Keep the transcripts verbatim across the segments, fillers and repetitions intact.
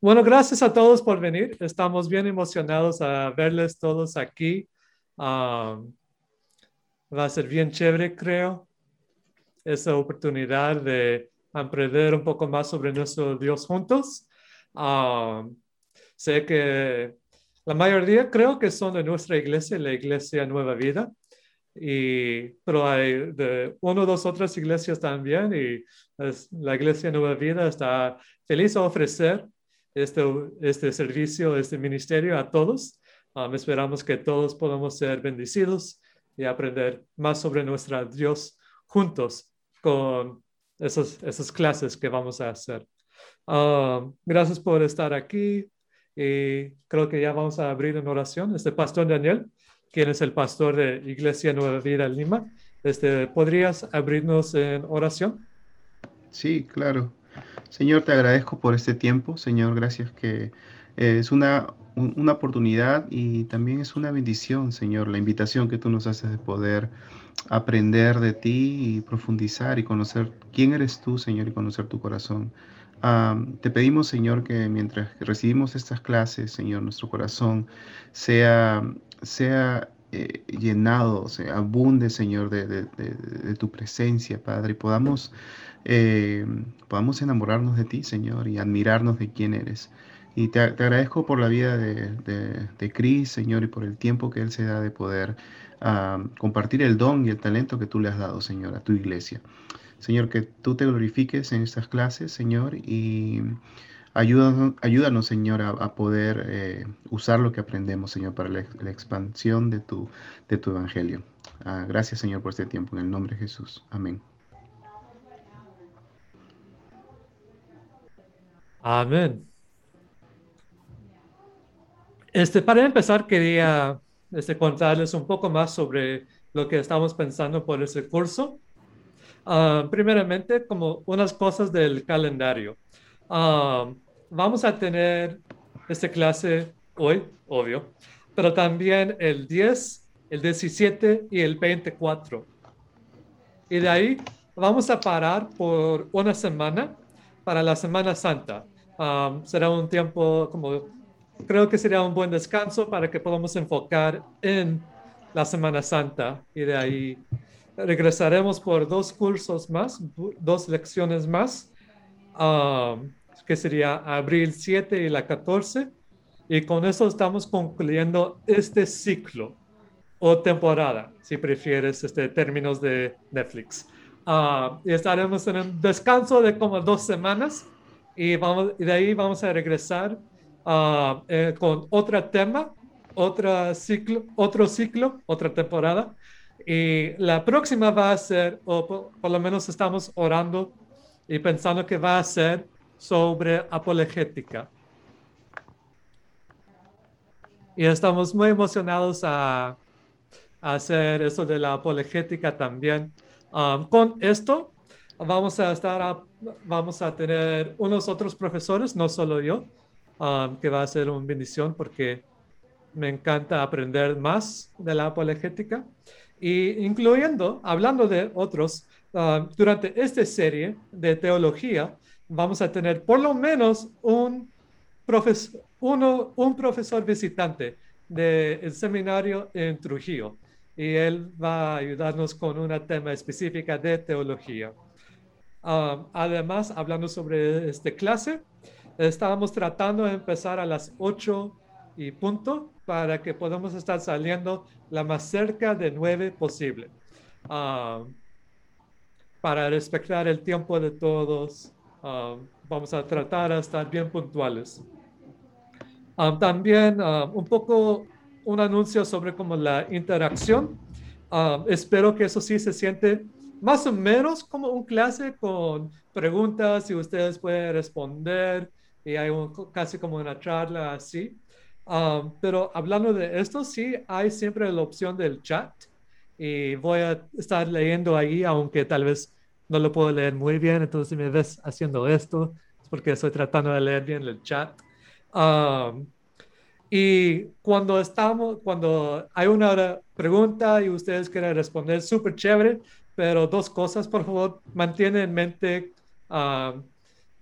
Bueno, gracias a todos por venir. Estamos bien emocionados a verles todos aquí. Um, Va a ser bien chévere, creo, esa oportunidad de aprender un poco más sobre nuestro Dios juntos. Um, Sé que la mayoría creo que son de nuestra iglesia, la Iglesia Nueva Vida, y, pero hay de una o dos otras iglesias también y es, la Iglesia Nueva Vida está feliz a ofrecer este, este servicio, este ministerio a todos. Um, esperamos que todos podamos ser bendecidos y aprender más sobre nuestro Dios juntos con esos, esas clases que vamos a hacer. Um, gracias por estar aquí y creo que ya vamos a abrir en oración. Este pastor Daniel, quien es el pastor de Iglesia Nueva Vida en Lima, este, ¿podrías abrirnos en oración? Sí, claro. Señor, te agradezco por este tiempo. Señor, gracias que eh, es una, un- una oportunidad y también es una bendición, Señor, la invitación que tú nos haces de poder aprender de ti y profundizar y conocer quién eres tú, Señor, y conocer tu corazón. Am, te pedimos, Señor, que mientras recibimos estas clases, Señor, nuestro corazón sea, sea eh, llenado, se abunde, Señor, de, de- de- de tu presencia, Padre, y podamos eh, podamos enamorarnos de ti, Señor, y admirarnos de quién eres. Y te, te agradezco por la vida de, de, de Chris, Señor, y por el tiempo que Él se da de poder ah, compartir el don y el talento que tú le has dado, Señor, a tu iglesia. Señor, que tú te glorifiques en estas clases, Señor, y ayúdanos, ayúdanos Señor, a, a poder eh, usar lo que aprendemos, Señor, para la, la expansión de tu, de tu evangelio. Ah, gracias, Señor, por este tiempo. En el nombre de Jesús. Amén. Amén. Este, para empezar, quería este, contarles un poco más sobre lo que estamos pensando por ese curso. Ah, primeramente, como unas cosas del calendario. Ah, Vamos a tener esta clase hoy, obvio, pero también el diez, el diecisiete y el veinticuatro. Y de ahí vamos a parar por una semana para la Semana Santa. Ah, será un tiempo como, creo que sería un buen descanso para que podamos enfocar en la Semana Santa y de ahí regresaremos por dos cursos más, dos lecciones más, um, que sería abril siete y la catorce. Y con eso estamos concluyendo este ciclo o temporada, si prefieres este, términos de Netflix. Uh, y estaremos en un descanso de como dos semanas y, vamos, y de ahí vamos a regresar uh, eh, con otro tema, otro ciclo, otro ciclo, otra temporada. Y la próxima va a ser, o por, por lo menos estamos orando y pensando que va a ser sobre apologética. Y estamos muy emocionados a, a hacer eso de la apologética también. Um, con esto vamos a estar, a, vamos a tener unos otros profesores, no solo yo, um, que va a ser una bendición porque me encanta aprender más de la apologética. Y incluyendo, hablando de otros, uh, durante esta serie de teología, vamos a tener por lo menos un profesor, uno, un profesor visitante del seminario en Trujillo y él va a ayudarnos con una tema específica de teología. Um, además, hablando sobre esta clase, estábamos tratando de empezar a las ocho y punto para que podamos estar saliendo la más cerca de nueve posible. Um, para respetar el tiempo de todos, um, vamos a tratar de estar bien puntuales. Um, también um, un poco un anuncio sobre como la interacción. Um, espero que eso sí se siente más o menos como un clase con preguntas y ustedes pueden responder y hay un, casi como una charla así. Um, pero hablando de esto, sí hay siempre la opción del chat y voy a estar leyendo ahí, aunque tal vez no lo puedo leer muy bien. Entonces, si me ves haciendo esto, es porque estoy tratando de leer bien el chat. Um, y cuando estamos, cuando hay una pregunta y ustedes quieren responder, súper chévere, pero dos cosas, por favor, mantienen en mente uh,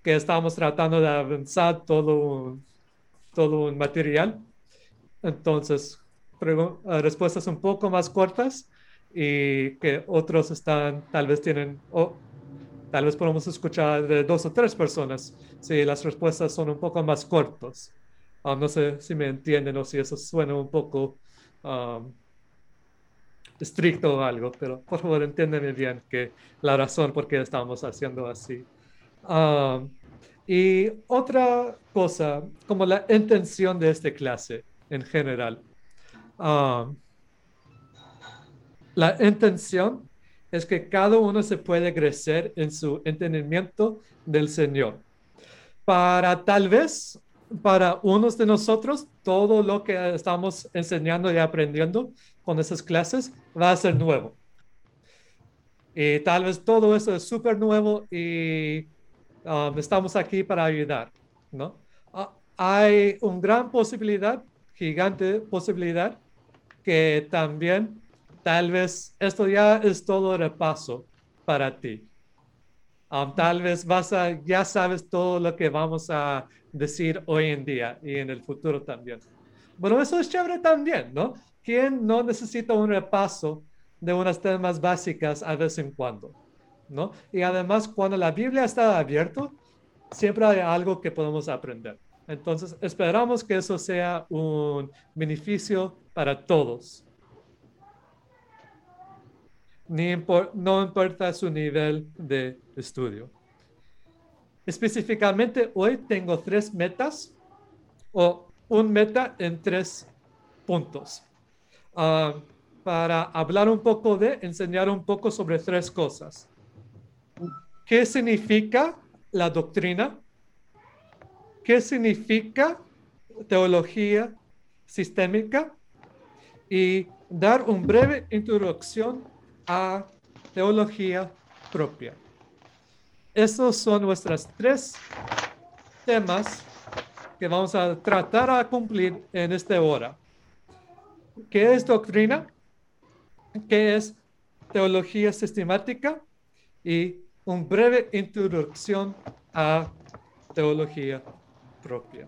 que estamos tratando de avanzar todo un, todo un material. Entonces, respuestas un poco más cortas y que otros están, tal vez tienen, o tal vez podemos escuchar de dos o tres personas si las respuestas son un poco más cortas. Um, no sé si me entienden o si eso suena un poco um, estricto o algo, pero por favor entiéndeme bien que la razón por qué estamos haciendo así. Um, y otra cosa, como la intención de esta clase en general. Um, la intención es que cada uno se puede crecer en su entendimiento del Señor. Para tal vez, para unos de nosotros, todo lo que estamos enseñando y aprendiendo con esas clases va a ser nuevo. Y tal vez todo eso es súper nuevo y um, estamos aquí para ayudar, ¿no? Uh, hay una gran posibilidad, gigante posibilidad, que también tal vez esto ya es todo repaso para ti. Um, tal vez vas a, ya sabes todo lo que vamos a decir hoy en día y en el futuro también. Bueno, eso es chévere también, ¿no? ¿Quién no necesita un repaso de unas temas básicas a vez en cuando? ¿No? Y además, cuando la Biblia está abierta, siempre hay algo que podemos aprender. Entonces, esperamos que eso sea un beneficio para todos. Ni impor, no importa su nivel de estudio. Específicamente, hoy tengo tres metas o un meta en tres puntos. Uh, para hablar un poco de, enseñar un poco sobre tres cosas. ¿Qué significa la doctrina? ¿Qué significa teología sistémica? Y dar una breve introducción a teología propia. Esos son nuestros tres temas que vamos a tratar a cumplir en esta hora. ¿Qué es doctrina? ¿Qué es teología sistemática? Y una breve introducción a teología propia.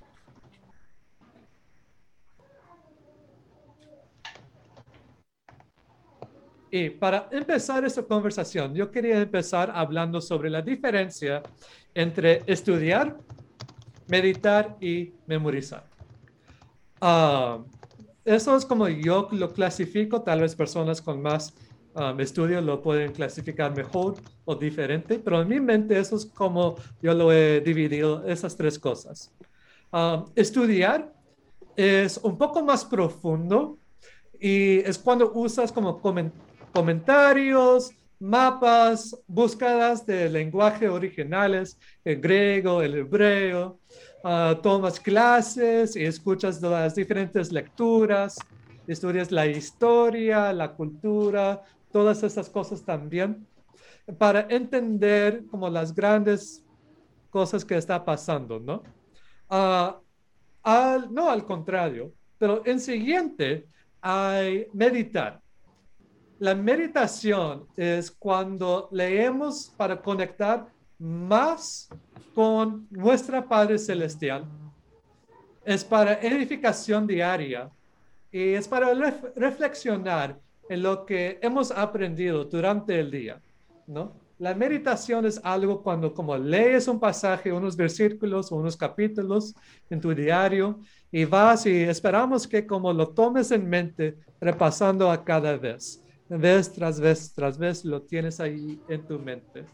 Y para empezar esta conversación, yo quería empezar hablando sobre la diferencia entre estudiar, meditar y memorizar. Uh, eso es como yo lo clasifico, tal vez personas con más um, estudio lo pueden clasificar mejor o diferente, pero en mi mente eso es como yo lo he dividido, esas tres cosas. Um, estudiar es un poco más profundo y es cuando usas como coment comentarios, mapas, búsquedas de lenguaje originales, el griego, el hebreo, uh, tomas clases y escuchas las diferentes lecturas, estudias la historia, la cultura, todas esas cosas también, para entender como las grandes cosas que está pasando, ¿no? Uh, al, no al contrario, pero en siguiente hay meditar. La meditación es cuando leemos para conectar más con nuestra Padre Celestial. Es para edificación diaria y es para ref reflexionar en lo que hemos aprendido durante el día, ¿no? La meditación es algo cuando como lees un pasaje, unos versículos o unos capítulos en tu diario y vas y esperamos que como lo tomes en mente repasando a cada vez. Vez tras vez tras vez lo tienes ahí en tu mente.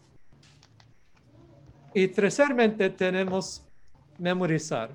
Y terceramente tenemos memorizar.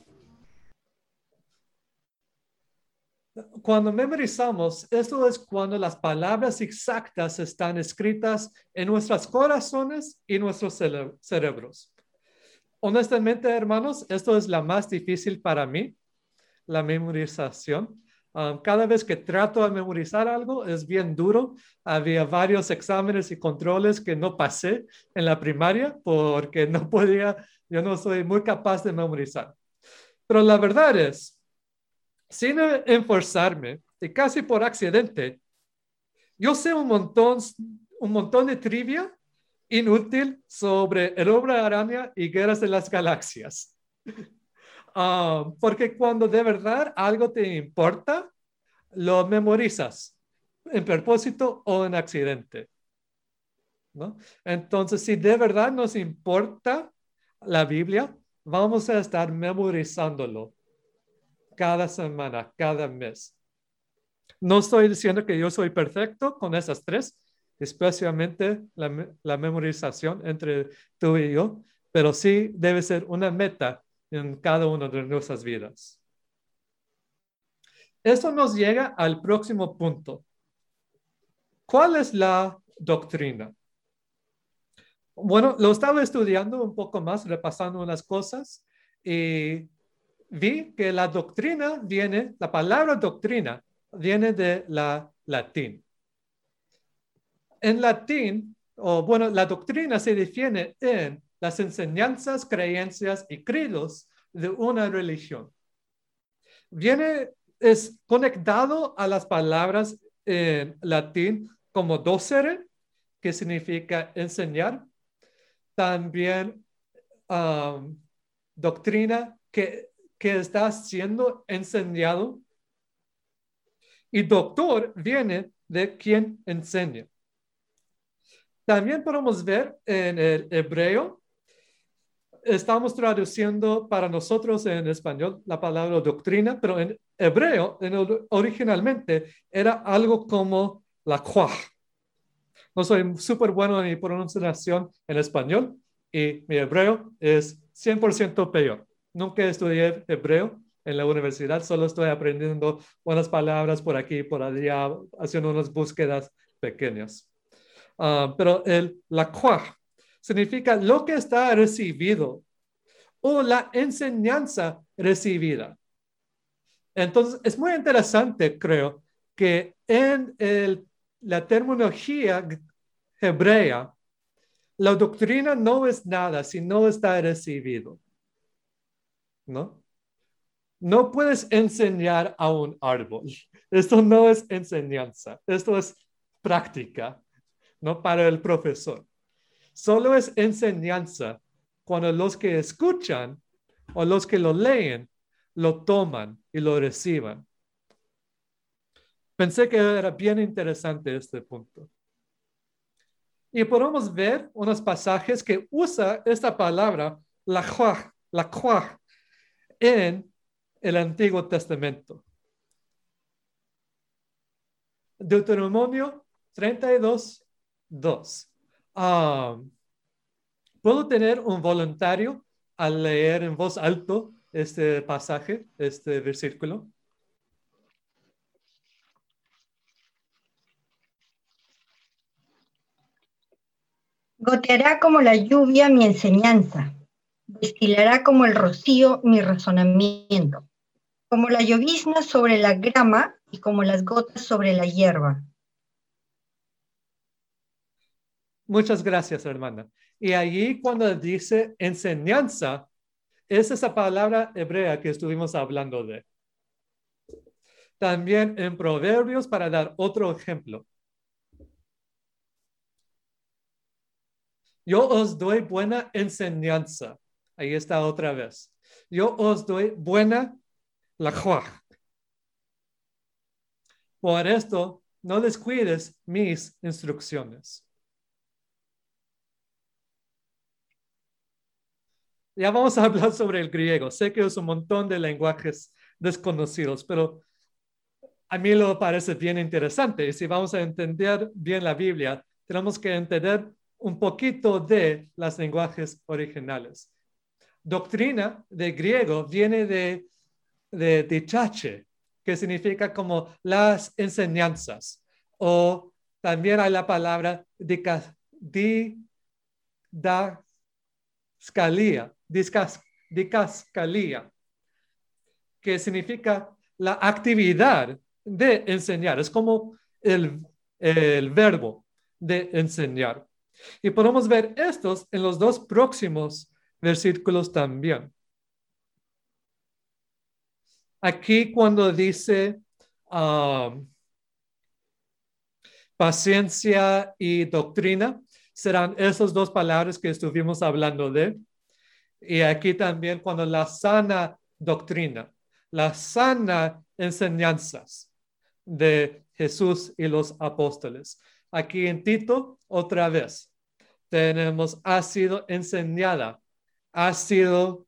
Cuando memorizamos, esto es cuando las palabras exactas están escritas en nuestros corazones y nuestros cere cerebros. Honestamente, hermanos, esto es la más difícil para mí, la memorización. Um, cada vez que trato de memorizar algo es bien duro. Había varios exámenes y controles que no pasé en la primaria porque no podía, yo no soy muy capaz de memorizar. Pero la verdad es, sin esforzarme y casi por accidente, yo sé un montón, un montón de trivia inútil sobre el hombre araña y guerras de las galaxias. Uh, porque cuando de verdad algo te importa, lo memorizas en propósito o en accidente, ¿no? Entonces, si de verdad nos importa la Biblia, vamos a estar memorizándolo cada semana, cada mes. No estoy diciendo que yo soy perfecto con esas tres, especialmente la, la memorización entre tú y yo, pero sí debe ser una meta en cada una de nuestras vidas. Eso nos llega al próximo punto. ¿Cuál es la doctrina? Bueno, lo estaba estudiando un poco más, repasando unas cosas, y vi que la doctrina viene, la palabra doctrina viene de la latín. En latín, o bueno, la doctrina se define en las enseñanzas, creencias y credos de una religión. Viene, es conectado a las palabras en latín como docere, que significa enseñar. También um, doctrina que, que está siendo enseñado. Y doctor viene de quien enseña. También podemos ver en el hebreo, estamos traduciendo para nosotros en español la palabra doctrina, pero en hebreo, en el, originalmente, era algo como la cuaj. No soy súper bueno en mi pronunciación en español y mi hebreo es cien por ciento peor. Nunca estudié hebreo en la universidad, solo estoy aprendiendo unas palabras por aquí y por allá, haciendo unas búsquedas pequeñas. Uh, pero el la cuaj significa lo que está recibido o la enseñanza recibida. Entonces, es muy interesante, creo, que en el, la terminología hebrea, la doctrina no es nada si no está recibido, ¿no? No puedes enseñar a un árbol. Esto no es enseñanza, esto es práctica, ¿no? Para el profesor. Solo es enseñanza cuando los que escuchan o los que lo leen lo toman y lo reciban. Pensé que era bien interesante este punto. Y podemos ver unos pasajes que usa esta palabra, la cuaj, la cuaj, en el Antiguo Testamento. Deuteronomio treinta y dos, dos. Um, ¿Puedo tener un voluntario al leer en voz alta este pasaje, este versículo? Goteará como la lluvia mi enseñanza, destilará como el rocío mi razonamiento, como la llovizna sobre la grama y como las gotas sobre la hierba. Muchas gracias, hermana. Y allí cuando dice enseñanza, es esa palabra hebrea que estuvimos hablando de. También en Proverbios, para dar otro ejemplo. Yo os doy buena enseñanza. Ahí está otra vez. Yo os doy buena la cuaj. Por esto, no descuides mis instrucciones. Ya vamos a hablar sobre el griego. Sé que es un montón de lenguajes desconocidos, pero a mí lo parece bien interesante. Y si vamos a entender bien la Biblia, tenemos que entender un poquito de los lenguajes originales. Doctrina de griego viene de, de dichache, que significa como las enseñanzas. O también hay la palabra didascalía, didascalía, que significa la actividad de enseñar. Es como el, el verbo de enseñar. Y podemos ver estos en los dos próximos versículos también. Aquí cuando dice um, paciencia y doctrina, serán esas dos palabras que estuvimos hablando de. Y aquí también cuando la sana doctrina, las sana enseñanzas de Jesús y los apóstoles. Aquí en Tito, otra vez, tenemos, ha sido enseñada, ha sido,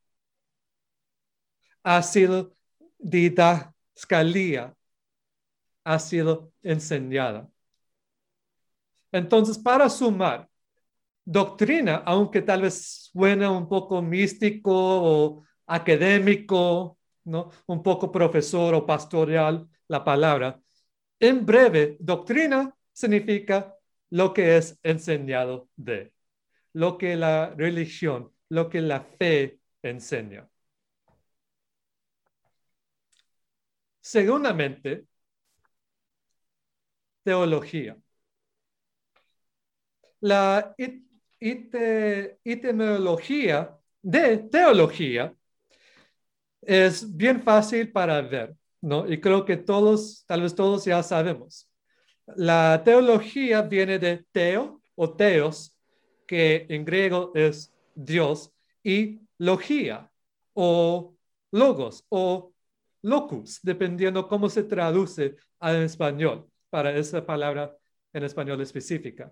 ha sido didascalía, ha sido enseñada. Entonces, para sumar, doctrina, aunque tal vez suene un poco místico o académico, ¿no? Un poco profesor o pastoral la palabra. En breve, doctrina significa lo que es enseñado de, lo que la religión, lo que la fe enseña. Segundamente, teología. La etimología de teología es bien fácil para ver, ¿no? Y creo que todos, tal vez todos ya sabemos. La teología viene de teo o teos, que en griego es Dios, y logía o logos o locus, dependiendo cómo se traduce al español para esa palabra en español específica.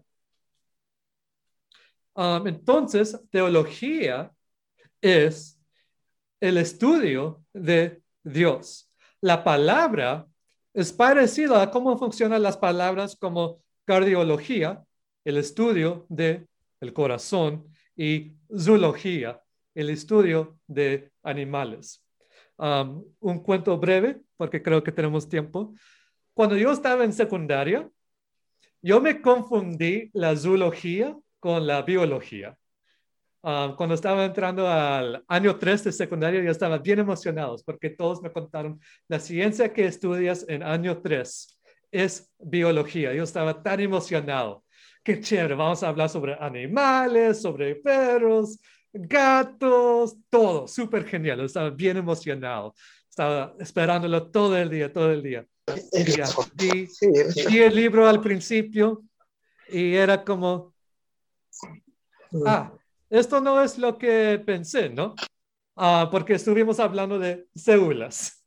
Um, entonces, teología es el estudio de Dios. La palabra es parecida a cómo funcionan las palabras como cardiología, el estudio del corazón, y zoología, el estudio de animales. Um, un cuento breve, porque creo que tenemos tiempo. Cuando yo estaba en secundaria, yo me confundí la zoología con la biología. Uh, cuando estaba entrando al año tres de secundaria, yo estaba bien emocionado porque todos me contaron, la ciencia que estudias en año tres es biología. Yo estaba tan emocionado. Qué chévere, vamos a hablar sobre animales, sobre perros, gatos, todo, súper genial. Yo estaba bien emocionado. Estaba esperándolo todo el día, todo el día. Y ya, di, di el libro al principio y era como, ah, esto no es lo que pensé, ¿no? Ah, porque estuvimos hablando de células,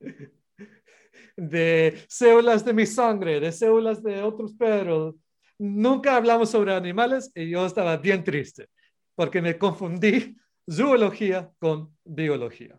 de células de mi sangre, de células de otros perros. Nunca hablamos sobre animales y yo estaba bien triste porque me confundí zoología con biología.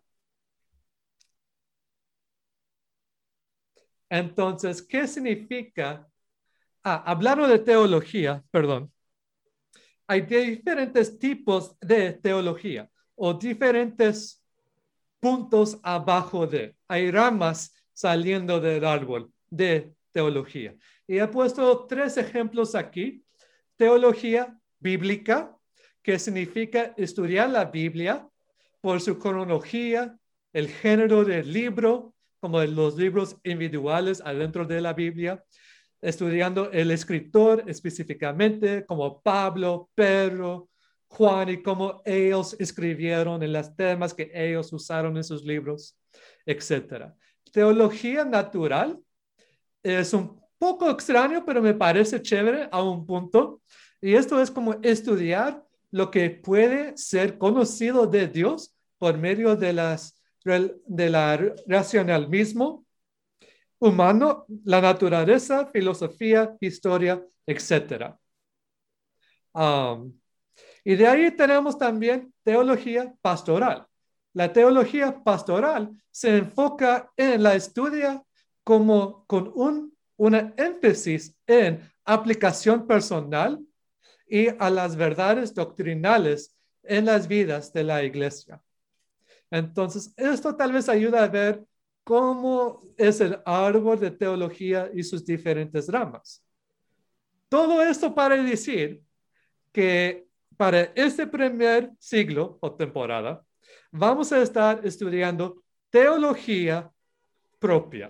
Entonces, ¿qué significa? Ah, hablando de teología, perdón. Hay diferentes tipos de teología o diferentes puntos abajo de. Hay ramas saliendo del árbol de teología. Y he puesto tres ejemplos aquí. Teología bíblica, que significa estudiar la Biblia por su cronología, el género del libro, como los libros individuales adentro de la Biblia, estudiando el escritor específicamente, como Pablo, Pedro, Juan, y cómo ellos escribieron en los temas que ellos usaron en sus libros, etcétera. Teología natural es un poco extraño, pero me parece chévere a un punto. Y esto es como estudiar lo que puede ser conocido de Dios por medio de las de la racionalismo humano, la naturaleza, filosofía, historia, etcétera. Um, y de ahí tenemos también teología pastoral. La teología pastoral se enfoca en la estudia como con un una énfasis en aplicación personal y a las verdades doctrinales en las vidas de la iglesia. Entonces, esto tal vez ayuda a ver cómo es el árbol de teología y sus diferentes ramas. Todo esto para decir que para este primer siglo o temporada, vamos a estar estudiando teología propia.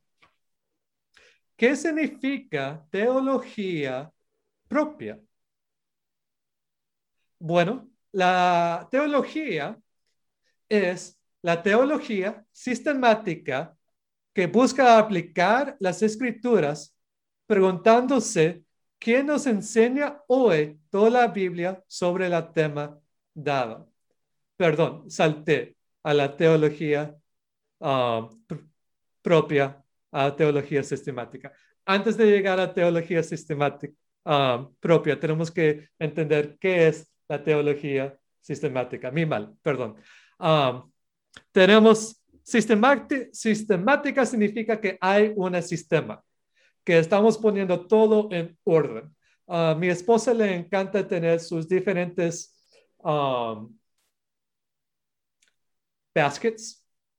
¿Qué significa teología propia? Bueno, la teología es la teología sistemática que busca aplicar las escrituras preguntándose ¿quién nos enseña hoy toda la Biblia sobre el tema dado? Perdón, salté a la teología uh, pr propia, a teología sistemática. Antes de llegar a teología sistemática uh, propia, tenemos que entender qué es la teología sistemática. Mi mal, perdón. Um, tenemos sistemática, sistemática significa que hay un sistema, que estamos poniendo todo en orden. A uh, mi esposa le encanta tener sus diferentes um, baskets.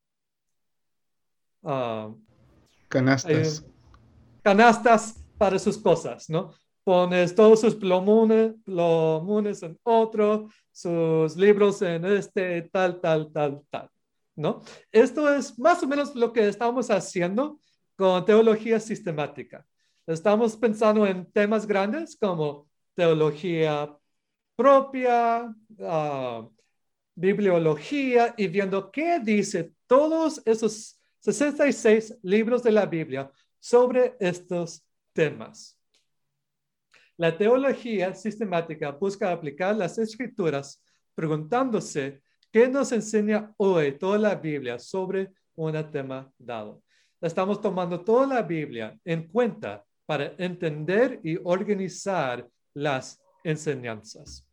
Uh, Canastas. eh, canastas para sus cosas, ¿no? Pones todos sus plomones, plomones en otro, sus libros en este, tal, tal, tal, tal, ¿no? Esto es más o menos lo que estamos haciendo con teología sistemática. Estamos pensando en temas grandes como teología propia, uh, bibliología, y viendo qué dice todos esos sesenta y seis libros de la Biblia sobre estos temas. La teología sistemática busca aplicar las escrituras preguntándose qué nos enseña hoy toda la Biblia sobre un tema dado. Estamos tomando toda la Biblia en cuenta para entender y organizar las enseñanzas.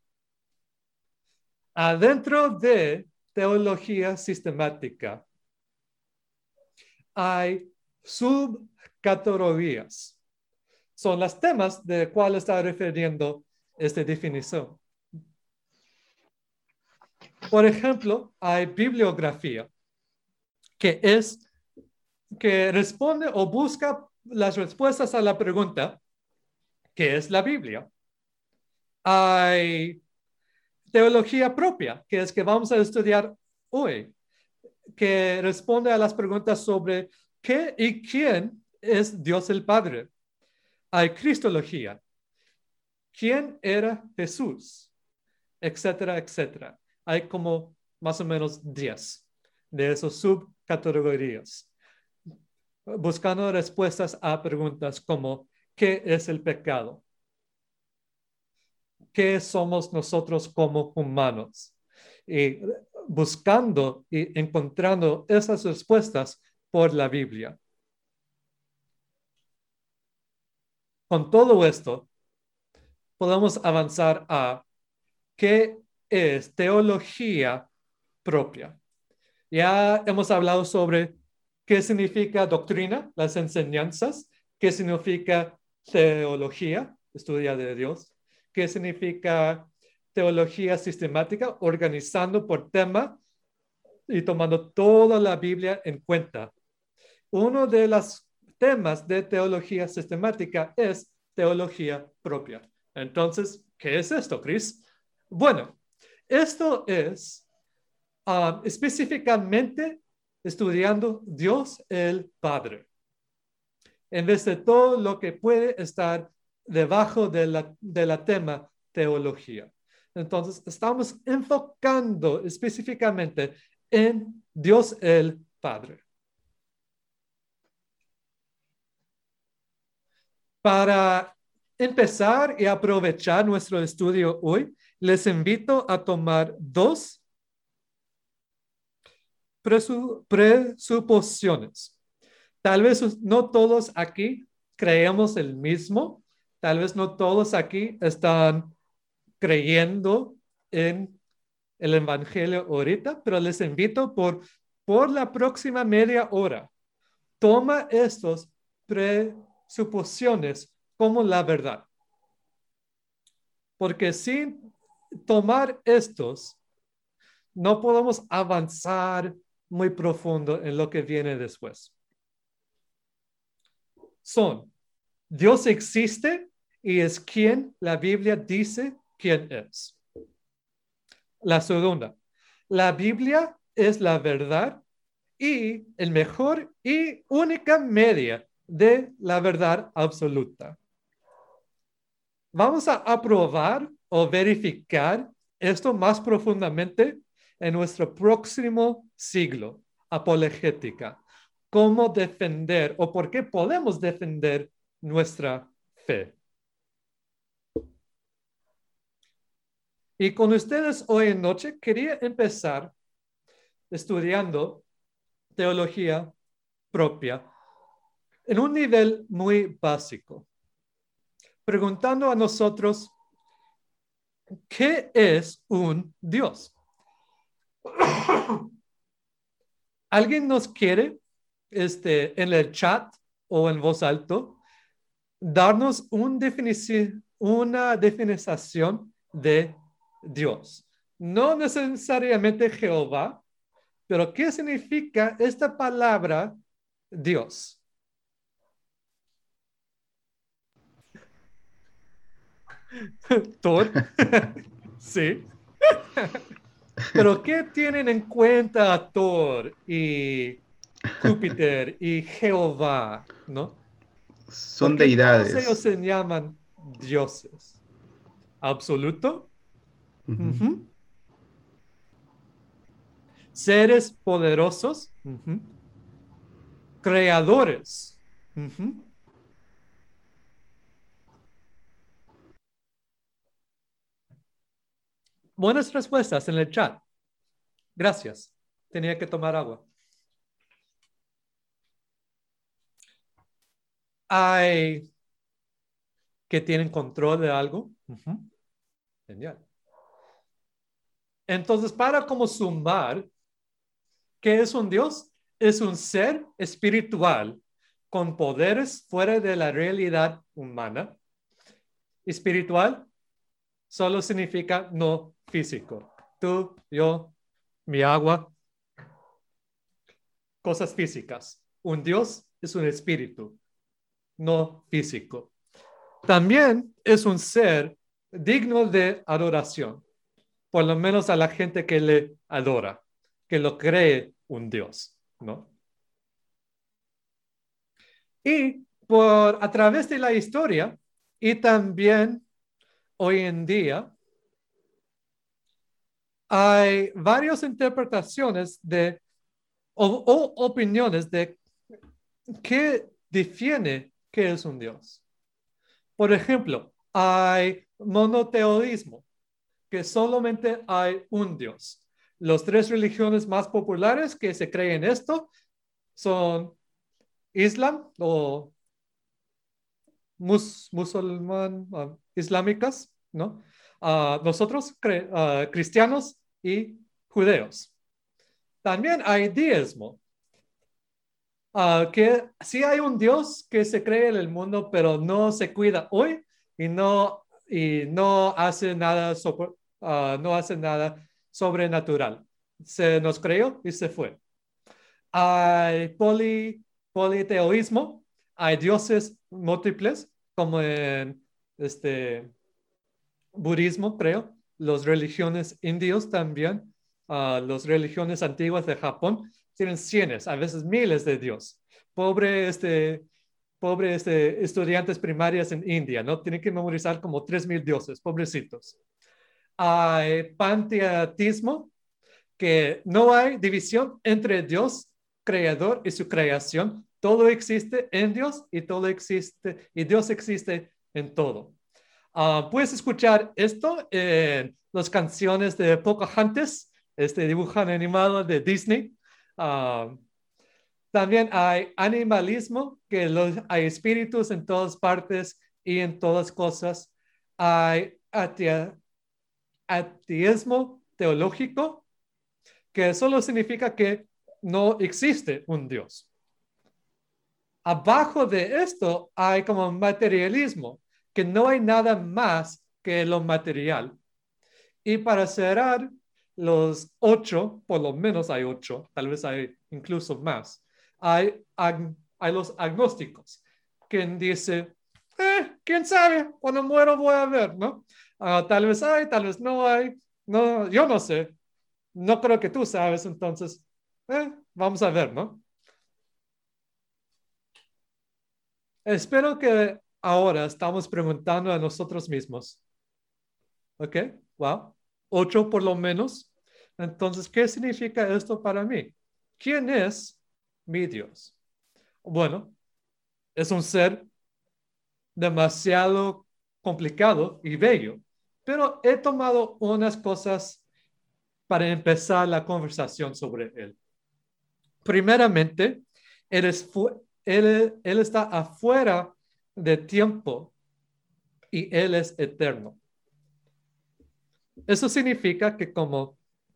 Adentro de teología sistemática hay subcategorías. Son los temas de cuál está refiriendo esta definición. Por ejemplo, hay bibliografía, que es que responde o busca las respuestas a la pregunta, ¿qué es la Biblia? Hay teología propia, que es que vamos a estudiar hoy, que responde a las preguntas sobre qué y quién es Dios el Padre. Hay cristología, quién era Jesús, etcétera, etcétera. Hay como más o menos diez de esas subcategorías, buscando respuestas a preguntas como ¿qué es el pecado? ¿Qué somos nosotros como humanos? Y buscando y encontrando esas respuestas por la Biblia. Con todo esto, podemos avanzar a qué es teología propia. Ya hemos hablado sobre qué significa doctrina, las enseñanzas, qué significa teología, estudia de Dios, qué significa teología sistemática, organizando por tema y tomando toda la Biblia en cuenta. Uno de los temas de teología sistemática es teología propia. Entonces, ¿qué es esto, Chris? Bueno, esto es um, específicamente estudiando Dios el Padre, en vez de todo lo que puede estar debajo de la, de la tema teología. Entonces, estamos enfocando específicamente en Dios el Padre. Para empezar y aprovechar nuestro estudio hoy, les invito a tomar dos presu presuposiciones. Tal vez no todos aquí creemos el mismo, tal vez no todos aquí están creyendo en el Evangelio ahorita, pero les invito por, por la próxima media hora, toma estos presuposiciones como la verdad. Porque sin tomar estos, no podemos avanzar muy profundo en lo que viene después. Son, Dios existe y es quien la Biblia dice quién es. La segunda, la Biblia es la verdad y el mejor y única media de la verdad absoluta. Vamos a aprobar o verificar esto más profundamente en nuestro próximo siglo, apologética. Cómo defender o por qué podemos defender nuestra fe. Y con ustedes hoy en noche quería empezar estudiando teología propia en un nivel muy básico, preguntando a nosotros, ¿qué es un Dios? ¿Alguien nos quiere este, en el chat o en voz alto darnos un definici- una definición de Dios? No necesariamente Jehová, pero ¿qué significa esta palabra Dios? Thor, sí. Pero ¿qué tienen en cuenta Thor y Júpiter y Jehová, ¿no? Son Porque todos ellos deidades. se llaman dioses. Absoluto. Ujú. Ujú. Seres poderosos. Ujú. Creadores. Ujú. Buenas respuestas en el chat. Gracias. Tenía que tomar agua. Hay que tienen control de algo. Ujú. Genial. Entonces, para como sumar, ¿qué es un Dios? Es un ser espiritual con poderes fuera de la realidad humana. Espiritual solo significa no físico. Tú, yo, mi agua, cosas físicas. Un Dios es un espíritu, no físico. También es un ser digno de adoración, por lo menos a la gente que le adora, que lo cree un Dios, ¿no? Y por a través de la historia y también hoy en día hay varias interpretaciones de o, o opiniones de qué define qué es un Dios. Por ejemplo, hay monoteísmo, que solamente hay un Dios. Las tres religiones más populares que se creen esto son Islam o mus, musulmán, uh, islámicas, ¿no? Uh, nosotros, uh, cristianos y judeos. También hay deísmo, uh, que sí hay un Dios que se cree en el mundo, pero no se cuida hoy y no, y no hace nada, sobre, uh, no hace nada sobrenatural. Se nos creó y se fue. Hay poli, politeísmo, hay dioses múltiples, como en este budismo, creo, las religiones indios también, uh, las religiones antiguas de Japón, tienen cientos, a veces miles de dioses. Pobre este, pobre este, estudiantes primarias en India, ¿no? Tienen que memorizar como tres mil dioses, pobrecitos. Hay panteísmo, que no hay división entre Dios, creador y su creación. Todo existe en Dios y todo existe, y Dios existe en todo. Uh, puedes escuchar esto en las canciones de Pocahontas, este dibujo animado de Disney. Uh, también hay animalismo, que los, hay espíritus en todas partes y en todas cosas. Hay atea, ateísmo teológico, que solo significa que no existe un Dios. Abajo de esto hay como materialismo, que no hay nada más que lo material. Y para cerrar los ocho, por lo menos hay ocho, tal vez hay incluso más, hay, hay los agnósticos, quien dice, eh, quién sabe, cuando muero voy a ver, ¿no? Uh, tal vez hay, tal vez no hay, no, yo no sé, no creo que tú sabes, entonces, eh, vamos a ver, ¿no? Espero que ahora estamos preguntando a nosotros mismos, ¿ok? Wow, ocho por lo menos. Entonces, ¿qué significa esto para mí? ¿Quién es mi Dios? Bueno, es un ser demasiado complicado y bello pero he tomado unas cosas para empezar la conversación sobre él. Primeramente, él, es él, él está afuera de tiempo y él es eterno. Eso significa que como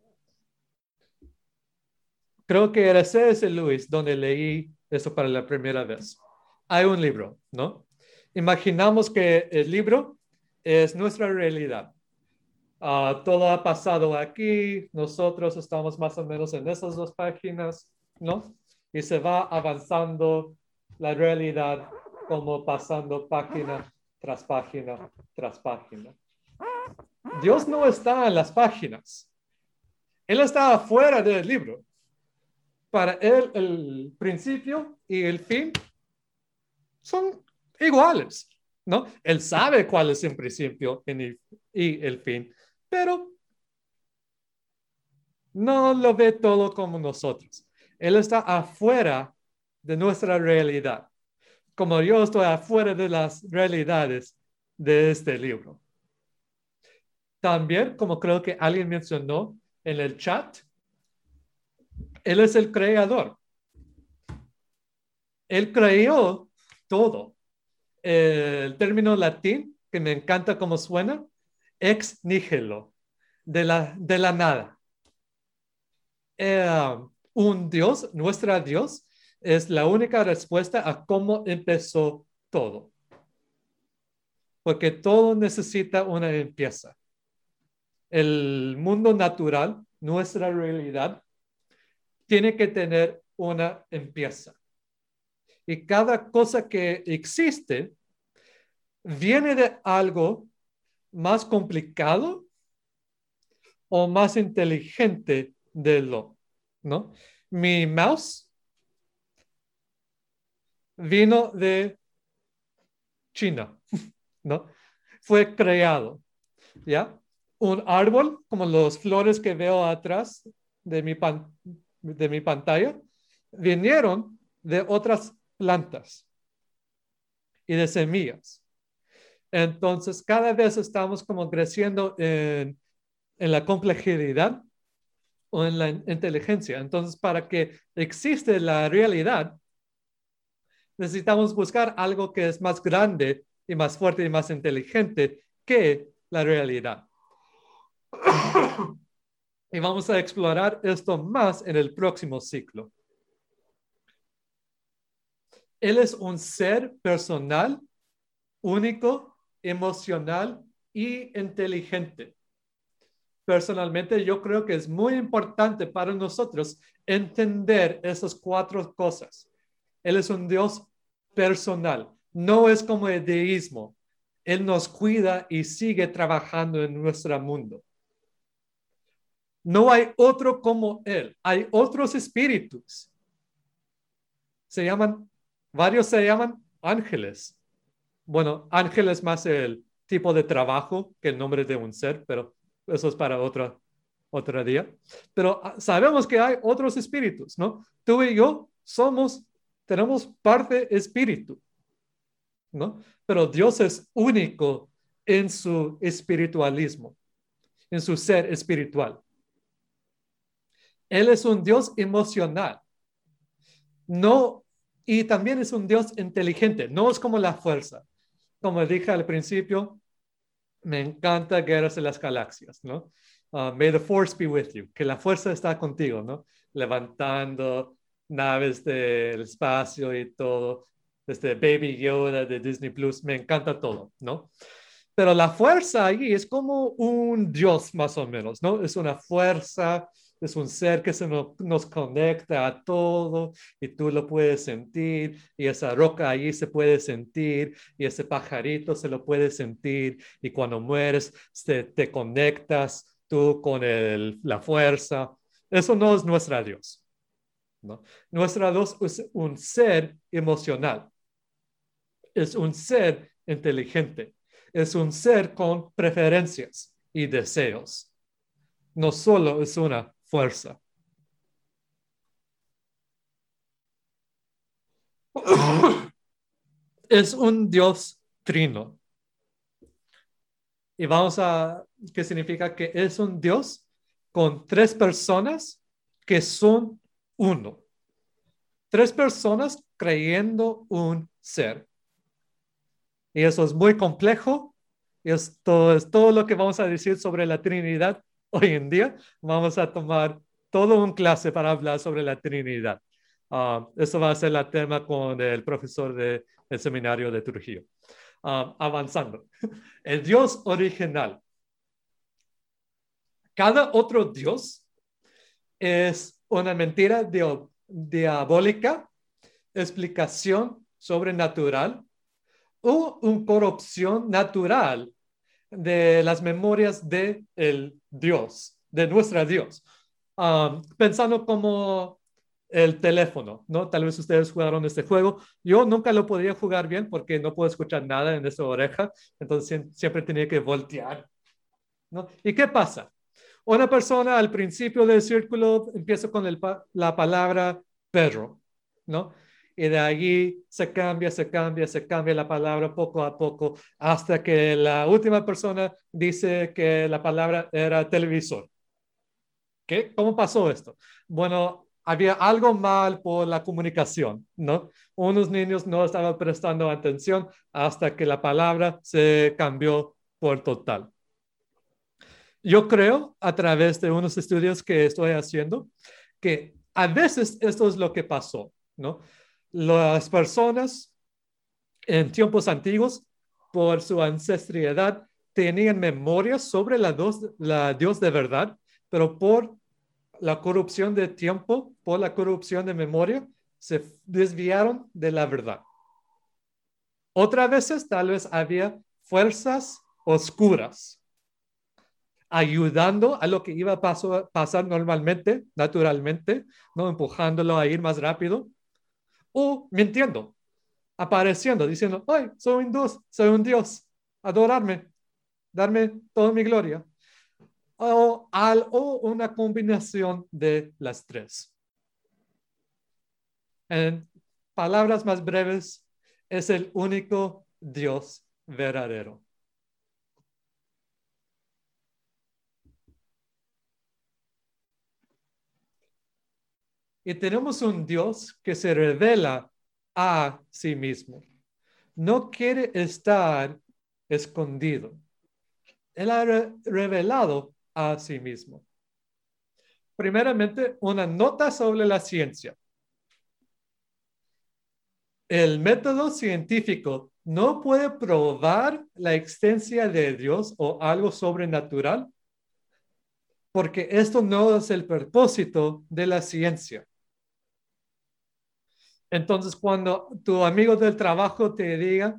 creo que era C S Lewis donde leí eso para la primera vez. Hay un libro, ¿no? Imaginamos que el libro es nuestra realidad. Uh, todo ha pasado aquí, nosotros estamos más o menos en esas dos páginas, ¿no? Y se va avanzando la realidad como pasando página tras página tras página. Dios no está en las páginas. Él está afuera del libro. Para él, el principio y el fin son iguales, ¿no? Él sabe cuál es el principio y el fin, pero no lo ve todo como nosotros. Él está afuera de nuestra realidad, como yo estoy afuera de las realidades de este libro. También, como creo que alguien mencionó en el chat, Él es el creador. Él creó todo. El término latín, que me encanta cómo suena, ex nihilo, de la, de la nada. Eh, un Dios, nuestro Dios, es la única respuesta a cómo empezó todo. Porque todo necesita una limpieza. El mundo natural, nuestra realidad, tiene que tener una limpieza. Y cada cosa que existe viene de algo más complicado o más inteligente de lo, ¿no? Mi mouse vino de China, ¿no? Fue creado, ¿ya? Un árbol, como las flores que veo atrás de mi, pan, de mi pantalla, vinieron de otras plantas y de semillas. Entonces, cada vez estamos como creciendo en, en la complejidad o en la inteligencia. Entonces, para que existe la realidad, necesitamos buscar algo que es más grande y más fuerte y más inteligente que la realidad. Y vamos a explorar esto más en el próximo ciclo. Él es un ser personal, único, emocional y inteligente. Personalmente, yo creo que es muy importante para nosotros entender esas cuatro cosas. Él es un Dios personal. No es como el deísmo. Él nos cuida y sigue trabajando en nuestro mundo. No hay otro como Él. Hay otros espíritus. Se llaman, varios se llaman ángeles. Bueno, ángel es más el tipo de trabajo que el nombre de un ser, pero eso es para otro, otro día. Pero sabemos que hay otros espíritus, ¿no? Tú y yo somos, tenemos parte espíritu, ¿no? Pero Dios es único en su espiritualismo, en su ser espiritual. Él es un Dios emocional. No, y también es un Dios inteligente. No es como la fuerza. Como dije al principio, me encanta Guerras de las Galaxias, ¿no? Uh, may the force be with you. Que la fuerza está contigo, ¿no? Levantando naves del espacio y todo. Desde Baby Yoda de Disney Plus. Me encanta todo, ¿no? Pero la fuerza ahí es como un Dios más o menos, ¿no? Es una fuerza, es un ser que se nos, nos conecta a todo y tú lo puedes sentir y esa roca ahí se puede sentir y ese pajarito se lo puede sentir y cuando mueres te, te conectas tú con el, la fuerza. Eso no es nuestro Dios, ¿no? Nuestro Dios es un ser emocional, es un ser inteligente. Es un ser con preferencias y deseos. No solo es una fuerza. Es un Dios trino. Y vamos a, ¿qué significa? Que es un Dios con tres personas que son uno. Tres personas creyendo un ser. Y eso es muy complejo. Y esto es todo lo que vamos a decir sobre la Trinidad hoy en día. Vamos a tomar todo un clase para hablar sobre la Trinidad. Uh, eso va a ser el tema con el profesor del seminario de Trujillo. Uh, avanzando. El Dios original. Cada otro Dios es una mentira dio- diabólica, explicación sobrenatural o una corrupción natural de las memorias de el Dios, de nuestro Dios. Um, pensando como el teléfono, ¿no? Tal vez ustedes jugaron este juego. Yo nunca lo podía jugar bien porque no puedo escuchar nada en esa oreja, entonces siempre tenía que voltear, ¿no? ¿Y qué pasa? Una persona al principio del círculo empieza con el, la palabra Pedro, ¿no? Y de allí se cambia, se cambia, se cambia la palabra poco a poco hasta que la última persona dice que la palabra era televisor. ¿Qué? ¿Cómo pasó esto? Bueno, había algo mal por la comunicación, ¿no? Unos niños no estaban prestando atención hasta que la palabra se cambió por total. Yo creo, a través de unos estudios que estoy haciendo, que a veces esto es lo que pasó, ¿no? Las personas en tiempos antiguos, por su ancestralidad, tenían memorias sobre la Dios, la Dios de verdad, pero por la corrupción de tiempo, por la corrupción de memoria, se desviaron de la verdad. Otras veces, tal vez había fuerzas oscuras ayudando a lo que iba a paso, pasar normalmente, naturalmente, ¿no? Empujándolo a ir más rápido, o mintiendo, apareciendo, diciendo, ¡ay, soy un Dios, soy un Dios, adorarme, darme toda mi gloria! O, al, o una combinación de las tres. En palabras más breves, es el único Dios verdadero. Y tenemos un Dios que se revela a sí mismo. No quiere estar escondido. Él ha re revelado a sí mismo. Primeramente, una nota sobre la ciencia. El método científico no puede probar la existencia de Dios o algo sobrenatural, porque esto no es el propósito de la ciencia. Entonces, cuando tu amigo del trabajo te diga,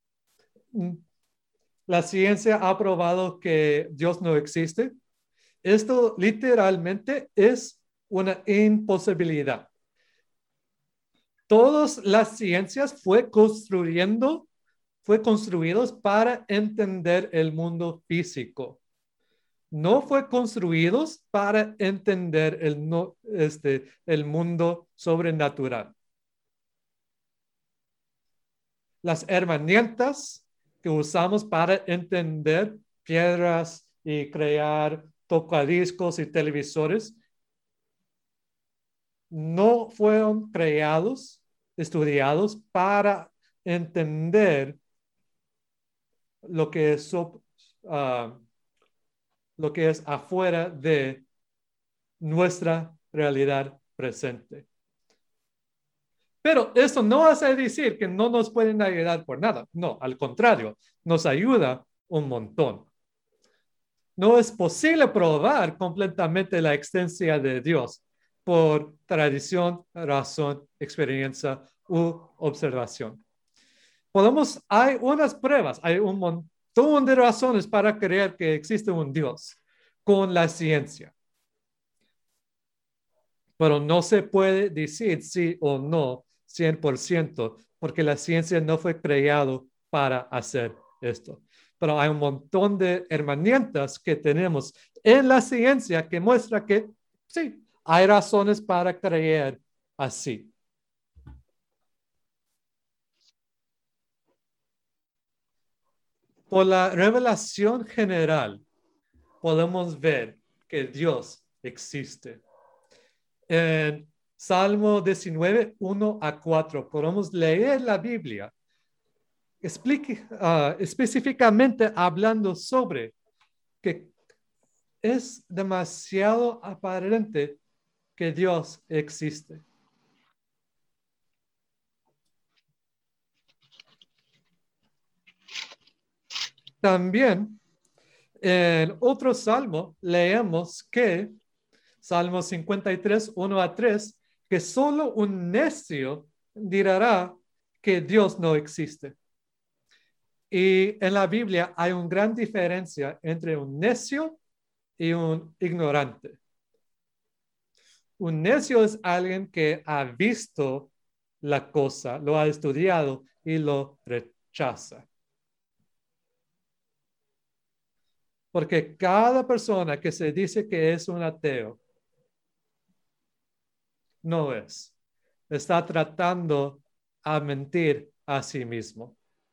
la ciencia ha probado que Dios no existe, esto literalmente es una imposibilidad. Todas las ciencias fue construyendo, fue construidos para entender el mundo físico. No fue construidos para entender el, no, este, el mundo sobrenatural. Las herramientas que usamos para entender piedras y crear tocadiscos y televisores no fueron creados, estudiados para entender lo que es, uh, lo que es afuera de nuestra realidad presente. Pero eso no hace decir que no nos pueden ayudar por nada. No, al contrario, nos ayuda un montón. No es posible probar completamente la existencia de Dios por tradición, razón, experiencia u observación. Podemos, hay unas pruebas, hay un montón de razones para creer que existe un Dios con la ciencia. Pero no se puede decir sí o no cien por ciento, porque la ciencia no fue creado para hacer esto. Pero hay un montón de herramientas que tenemos en la ciencia que muestra que sí, hay razones para creer así. Por la revelación general, podemos ver que Dios existe. En Salmo diecinueve, uno a cuatro, podemos leer la Biblia explique, uh, específicamente hablando sobre que es demasiado aparente que Dios existe. También en otro salmo leemos que, Salmo cincuenta y tres, uno a tres, que solo un necio dirá que Dios no existe. Y en la Biblia hay una gran diferencia entre un necio y un ignorante. Un necio es alguien que ha visto la cosa, lo ha estudiado y lo rechaza. Porque cada persona que se dice que es un ateo, no es. Está tratando a mentir a sí mismo.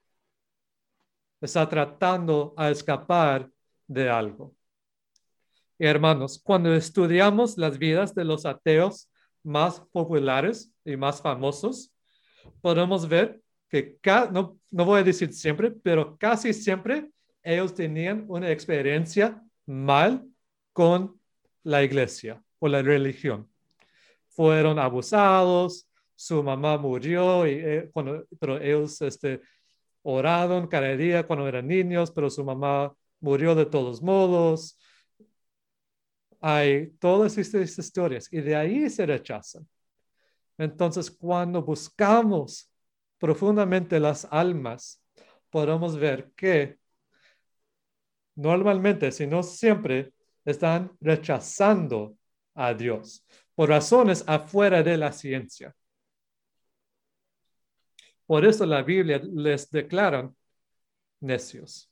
Está tratando a escapar de algo. Y hermanos, cuando estudiamos las vidas de los ateos más populares y más famosos, podemos ver que, no, no voy a decir siempre, pero casi siempre ellos tenían una experiencia mal con la iglesia o la religión. Fueron abusados, su mamá murió, y, eh, cuando, pero ellos este, oraron cada día cuando eran niños, pero su mamá murió de todos modos. Hay todas estas historias y de ahí se rechazan. Entonces, cuando buscamos profundamente las almas, podemos ver que normalmente, si no siempre, están rechazando a Dios por razones afuera de la ciencia. Por eso la Biblia les declara necios.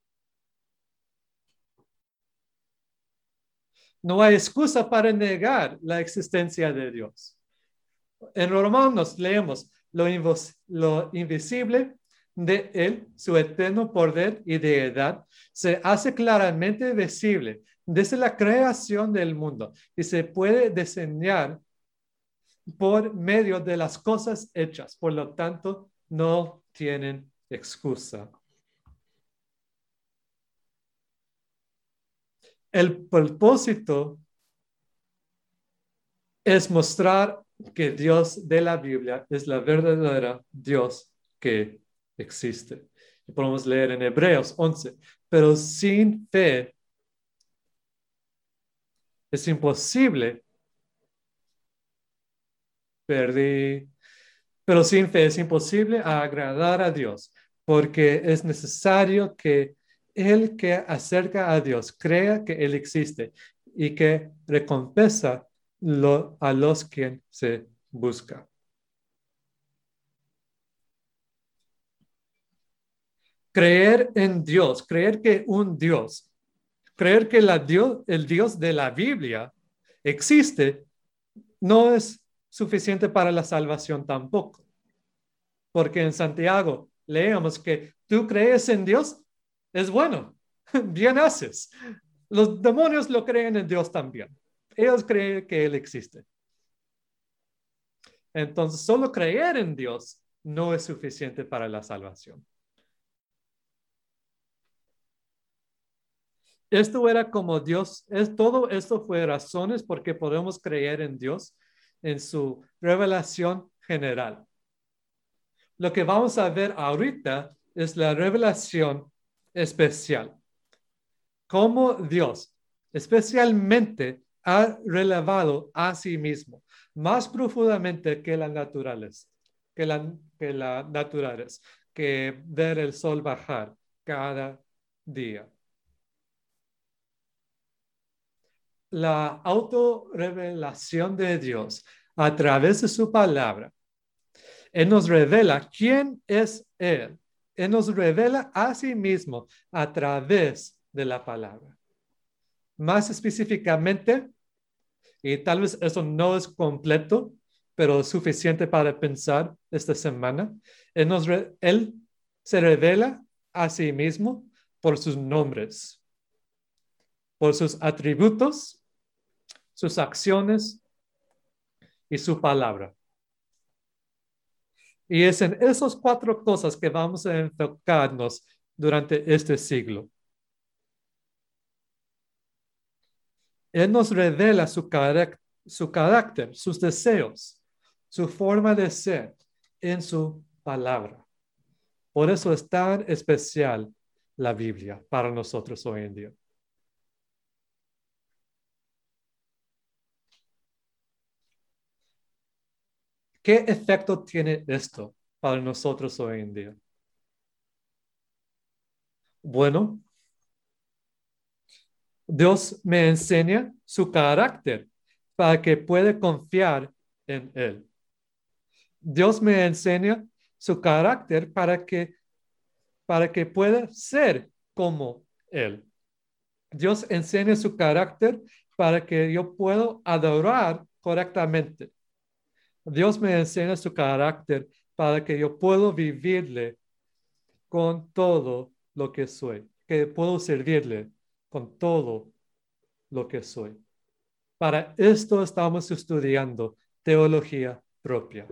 No hay excusa para negar la existencia de Dios. En Romanos leemos lo, lo invisible de Él, su eterno poder y deidad, se hace claramente visible desde la creación del mundo y se puede diseñar por medio de las cosas hechas. Por lo tanto, no tienen excusa. El propósito es mostrar que Dios de la Biblia es la verdadera Dios que existe. Y podemos leer en Hebreos once, pero sin fe es imposible. Perdí. Pero sin fe es imposible agradar a Dios, porque es necesario que el que acerca a Dios crea que Él existe y que recompensa lo, a los quien se busca. Creer en Dios, creer que un Dios, creer que la Dios, el Dios de la Biblia existe, no es suficiente para la salvación tampoco. Porque en Santiago leemos que tú crees en Dios, es bueno, bien haces. Los demonios lo creen en Dios también. Ellos creen que Él existe. Entonces, solo creer en Dios no es suficiente para la salvación. Esto era como Dios, es, todo esto fue razones por qué podemos creer en Dios en su revelación general. Lo que vamos a ver ahorita es la revelación especial. Cómo Dios especialmente ha revelado a sí mismo más profundamente que la naturaleza, que la, que la naturaleza, que ver el sol bajar cada día. La autorrevelación de Dios a través de su palabra. Él nos revela quién es Él. Él nos revela a sí mismo a través de la palabra. Más específicamente, y tal vez eso no es completo, pero suficiente para pensar esta semana, Él, nos re, él se revela a sí mismo por sus nombres, por sus atributos, sus acciones y su palabra. Y es en esas cuatro cosas que vamos a enfocarnos durante este siglo. Él nos revela su, carac- su carácter, sus deseos, su forma de ser en su palabra. Por eso es tan especial la Biblia para nosotros hoy en día. ¿Qué efecto tiene esto para nosotros hoy en día? Bueno, Dios me enseña su carácter para que pueda confiar en Él. Dios me enseña su carácter para que, para que pueda ser como Él. Dios enseña su carácter para que yo pueda adorar correctamente. Dios me enseña su carácter para que yo pueda vivirle con todo lo que soy, que puedo servirle con todo lo que soy. Para esto estamos estudiando teología propia,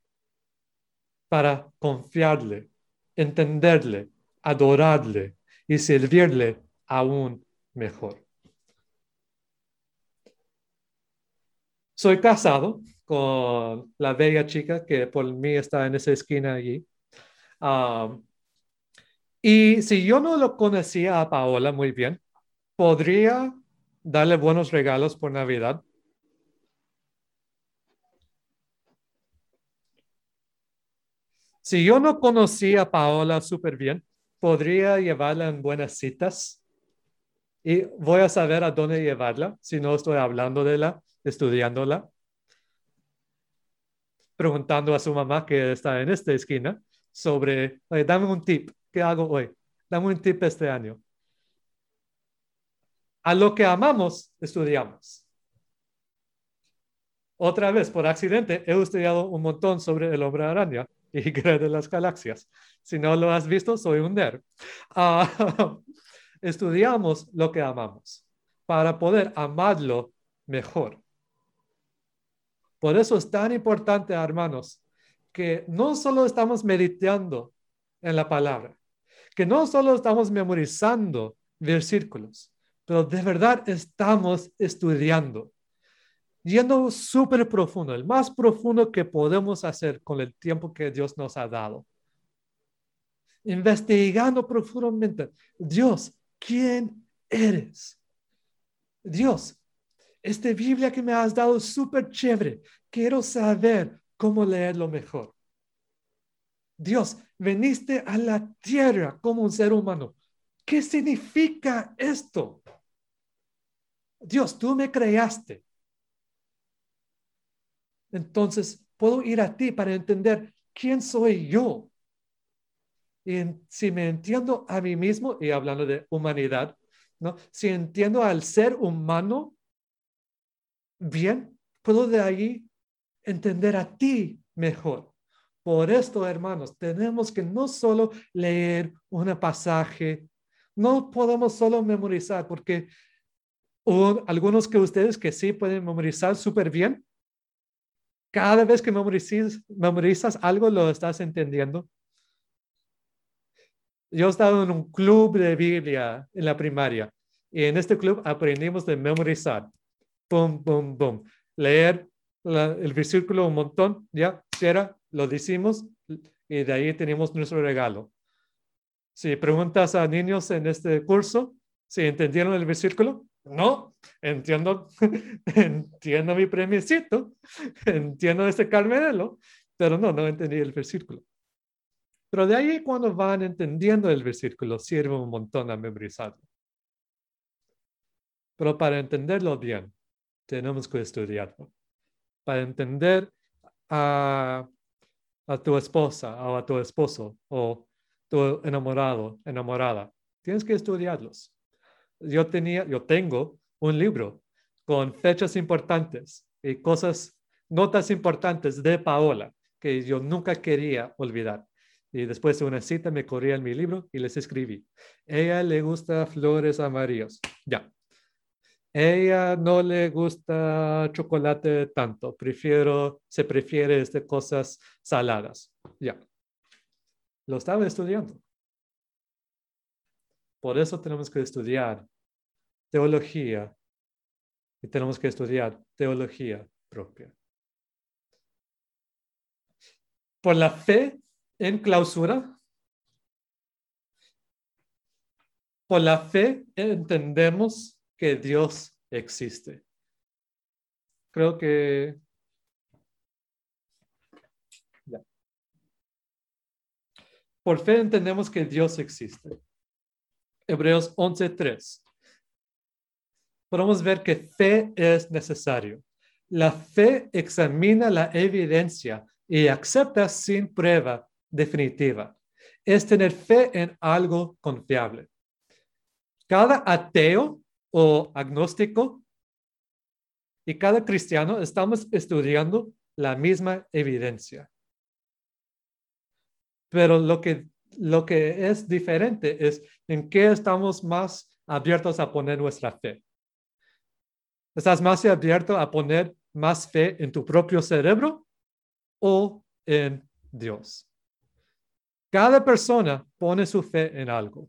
para confiarle, entenderle, adorarle y servirle aún mejor. Soy casado con la bella chica que por mí está en esa esquina allí. Um, y si yo no lo conocía a Paola muy bien, ¿podría darle buenos regalos por Navidad? Si yo no conocía a Paola súper bien, ¿podría llevarla en buenas citas? Y voy a saber a dónde llevarla si no estoy hablando de la, estudiándola, preguntando a su mamá que está en esta esquina sobre, oye, dame un tip, ¿qué hago hoy? Dame un tip este año. A lo que amamos, estudiamos. Otra vez, por accidente, he estudiado un montón sobre el hombre araña y Guerra de las Galaxias. Si no lo has visto, soy un nerd. Uh, estudiamos lo que amamos para poder amarlo mejor. Por eso es tan importante, hermanos, que no solo estamos meditando en la palabra, que no solo estamos memorizando versículos, pero de verdad estamos estudiando, yendo súper profundo, el más profundo que podemos hacer con el tiempo que Dios nos ha dado. Investigando profundamente, Dios, ¿quién eres? Dios, esta Biblia que me has dado es súper chévere. Quiero saber cómo leerlo mejor. Dios, veniste a la tierra como un ser humano. ¿Qué significa esto? Dios, tú me creaste. Entonces, puedo ir a ti para entender quién soy yo. Y en, si me entiendo a mí mismo, y hablando de humanidad, ¿no? Si entiendo al ser humano bien, puedo de ahí entender a ti mejor. Por esto, hermanos, tenemos que no solo leer un pasaje, no podemos solo memorizar, porque o algunos que ustedes que sí pueden memorizar súper bien, cada vez que memorizas, memorizas algo, lo estás entendiendo. Yo estaba en un club de Biblia en la primaria y en este club aprendimos de memorizar. Pum, pum, pum. Leer la, el versículo un montón, ya, cierra, lo decimos y de ahí tenemos nuestro regalo. Si preguntas a niños en este curso, si entendieron el versículo, no, entiendo, entiendo mi premiecito, entiendo este Carmelo, pero no, no entendí el versículo. Pero de ahí cuando van entendiendo el versículo, sirve un montón a memorizarlo. Pero para entenderlo bien, tenemos que estudiarlo. Para entender a, a tu esposa o a tu esposo o tu enamorado, enamorada, tienes que estudiarlos. Yo tenía, yo tengo un libro con fechas importantes y cosas, notas importantes de Paola que yo nunca quería olvidar. Y después de una cita me corrí en mi libro y les escribí. Ella le gusta flores amarillas. Ya. Ella no le gusta chocolate tanto. Prefiero, se prefiere este, cosas saladas. Ya. Lo estaba estudiando. Por eso tenemos que estudiar teología y tenemos que estudiar teología propia. Por la fe en clausura, por la fe entendemos que Dios existe. Creo que ya. Por fe entendemos que Dios existe. Hebreos once tres. Podemos ver que fe es necesario. La fe examina la evidencia y acepta sin prueba definitiva. Es tener fe en algo confiable. Cada ateo o agnóstico y cada cristiano estamos estudiando la misma evidencia. Pero lo que, lo que es diferente es en qué estamos más abiertos a poner nuestra fe. ¿Estás más abierto a poner más fe en tu propio cerebro o en Dios? Cada persona pone su fe en algo.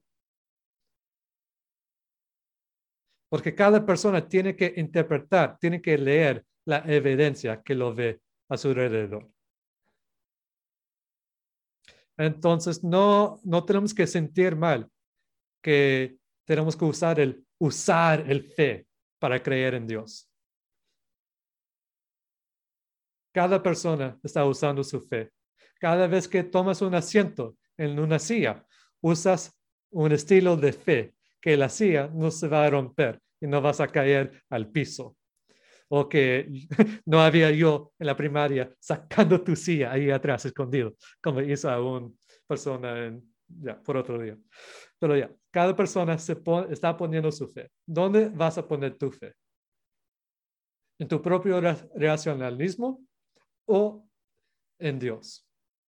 Porque cada persona tiene que interpretar, tiene que leer la evidencia que lo ve a su alrededor. Entonces, no, no tenemos que sentir mal que tenemos que usar el, usar el fe para creer en Dios. Cada persona está usando su fe. Cada vez que tomas un asiento en una silla, usas un estilo de fe que la silla no se va a romper y no vas a caer al piso. O que no había yo en la primaria sacando tu silla ahí atrás escondido, como hizo a una persona en, ya, por otro día. Pero ya, cada persona se pon, está poniendo su fe. ¿Dónde vas a poner tu fe? ¿En tu propio racionalismo o en Dios?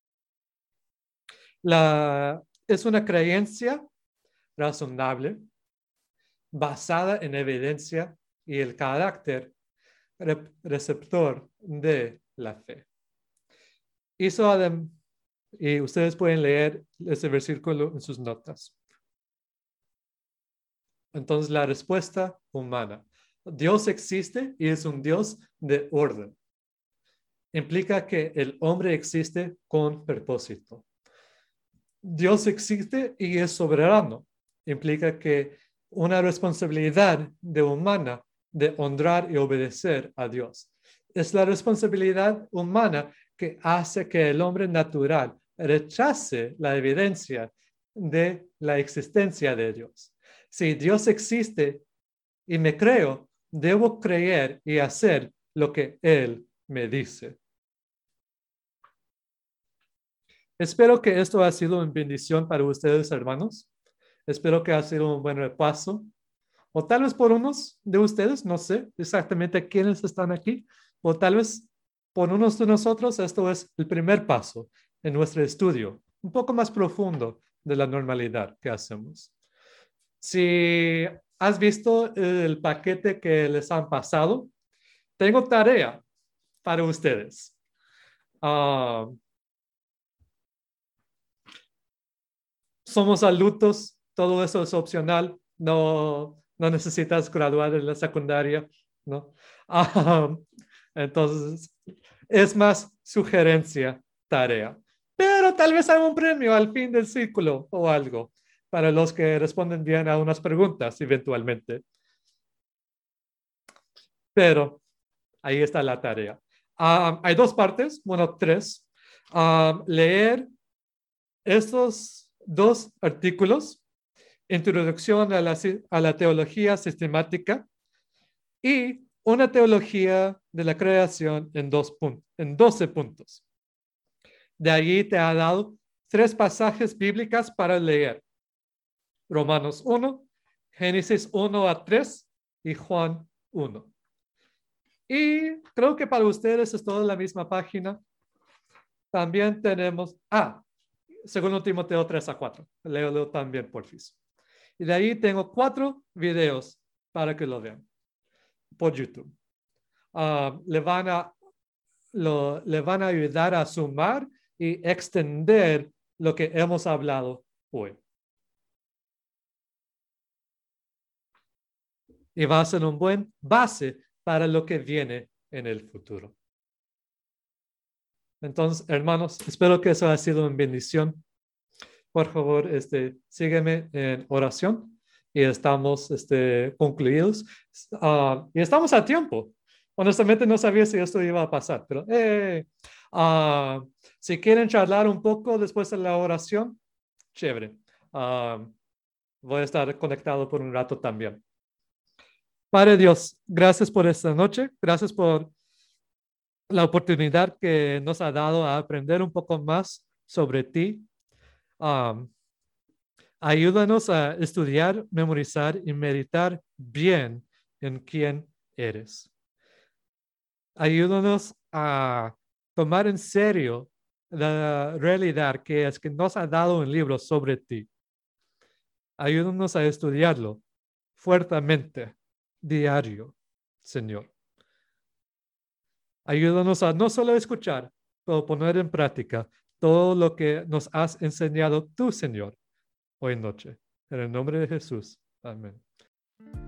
La, es una creencia razonable basada en evidencia y el carácter receptor de la fe. Hizo Adam, y ustedes pueden leer ese versículo en sus notas. Entonces, la respuesta humana. Dios existe y es un Dios de orden. Implica que el hombre existe con propósito. Dios existe y es soberano. Implica que una responsabilidad de humana de honrar y obedecer a Dios. Es la responsabilidad humana que hace que el hombre natural rechace la evidencia de la existencia de Dios. Si Dios existe y me creo, debo creer y hacer lo que Él me dice. Espero que esto ha sido una bendición para ustedes, hermanos. Espero que ha sido un buen repaso. O tal vez por unos de ustedes, no sé exactamente quiénes están aquí, o tal vez por unos de nosotros, esto es el primer paso en nuestro estudio, un poco más profundo de la normalidad que hacemos. Si has visto el paquete que les han pasado, tengo tarea para ustedes. Uh, somos adultos, todo eso es opcional, no, no necesitas graduar en la secundaria, ¿no? Uh, entonces, es más sugerencia, tarea. Pero tal vez hay un premio al fin del ciclo o algo para los que responden bien a unas preguntas eventualmente. Pero ahí está la tarea. Um, hay dos partes, bueno, tres. Um, leer estos dos artículos, Introducción a la, a la Teología Sistemática y una teología de la creación en, dos puntos, en doce puntos. De allí te ha dado tres pasajes bíblicas para leer. Romanos uno, Génesis uno a tres y Juan uno. Y creo que para ustedes es toda la misma página. También tenemos, ah, segundo Timoteo tres a cuatro. Léelo también, porfis. Y de ahí tengo cuatro videos para que lo vean por YouTube. Uh, le, van a, lo, le van a ayudar a sumar y extender lo que hemos hablado hoy. Y va a ser un buen base para lo que viene en el futuro. Entonces, hermanos, espero que eso haya sido una bendición. Por favor, este, sígueme en oración y estamos este, concluidos. Uh, y estamos a tiempo. Honestamente, no sabía si esto iba a pasar, pero eh, uh, si quieren charlar un poco después de la oración, chévere. Uh, voy a estar conectado por un rato también. Padre Dios, gracias por esta noche. Gracias por la oportunidad que nos ha dado a aprender un poco más sobre ti. Um, ayúdanos a estudiar, memorizar y meditar bien en quién eres. Ayúdanos a tomar en serio la realidad que es que nos ha dado un libro sobre ti. Ayúdanos a estudiarlo fuertemente, diario, Señor. Ayúdanos a no solo escuchar, pero poner en práctica todo lo que nos has enseñado tú, Señor, hoy noche. En el nombre de Jesús. Amén.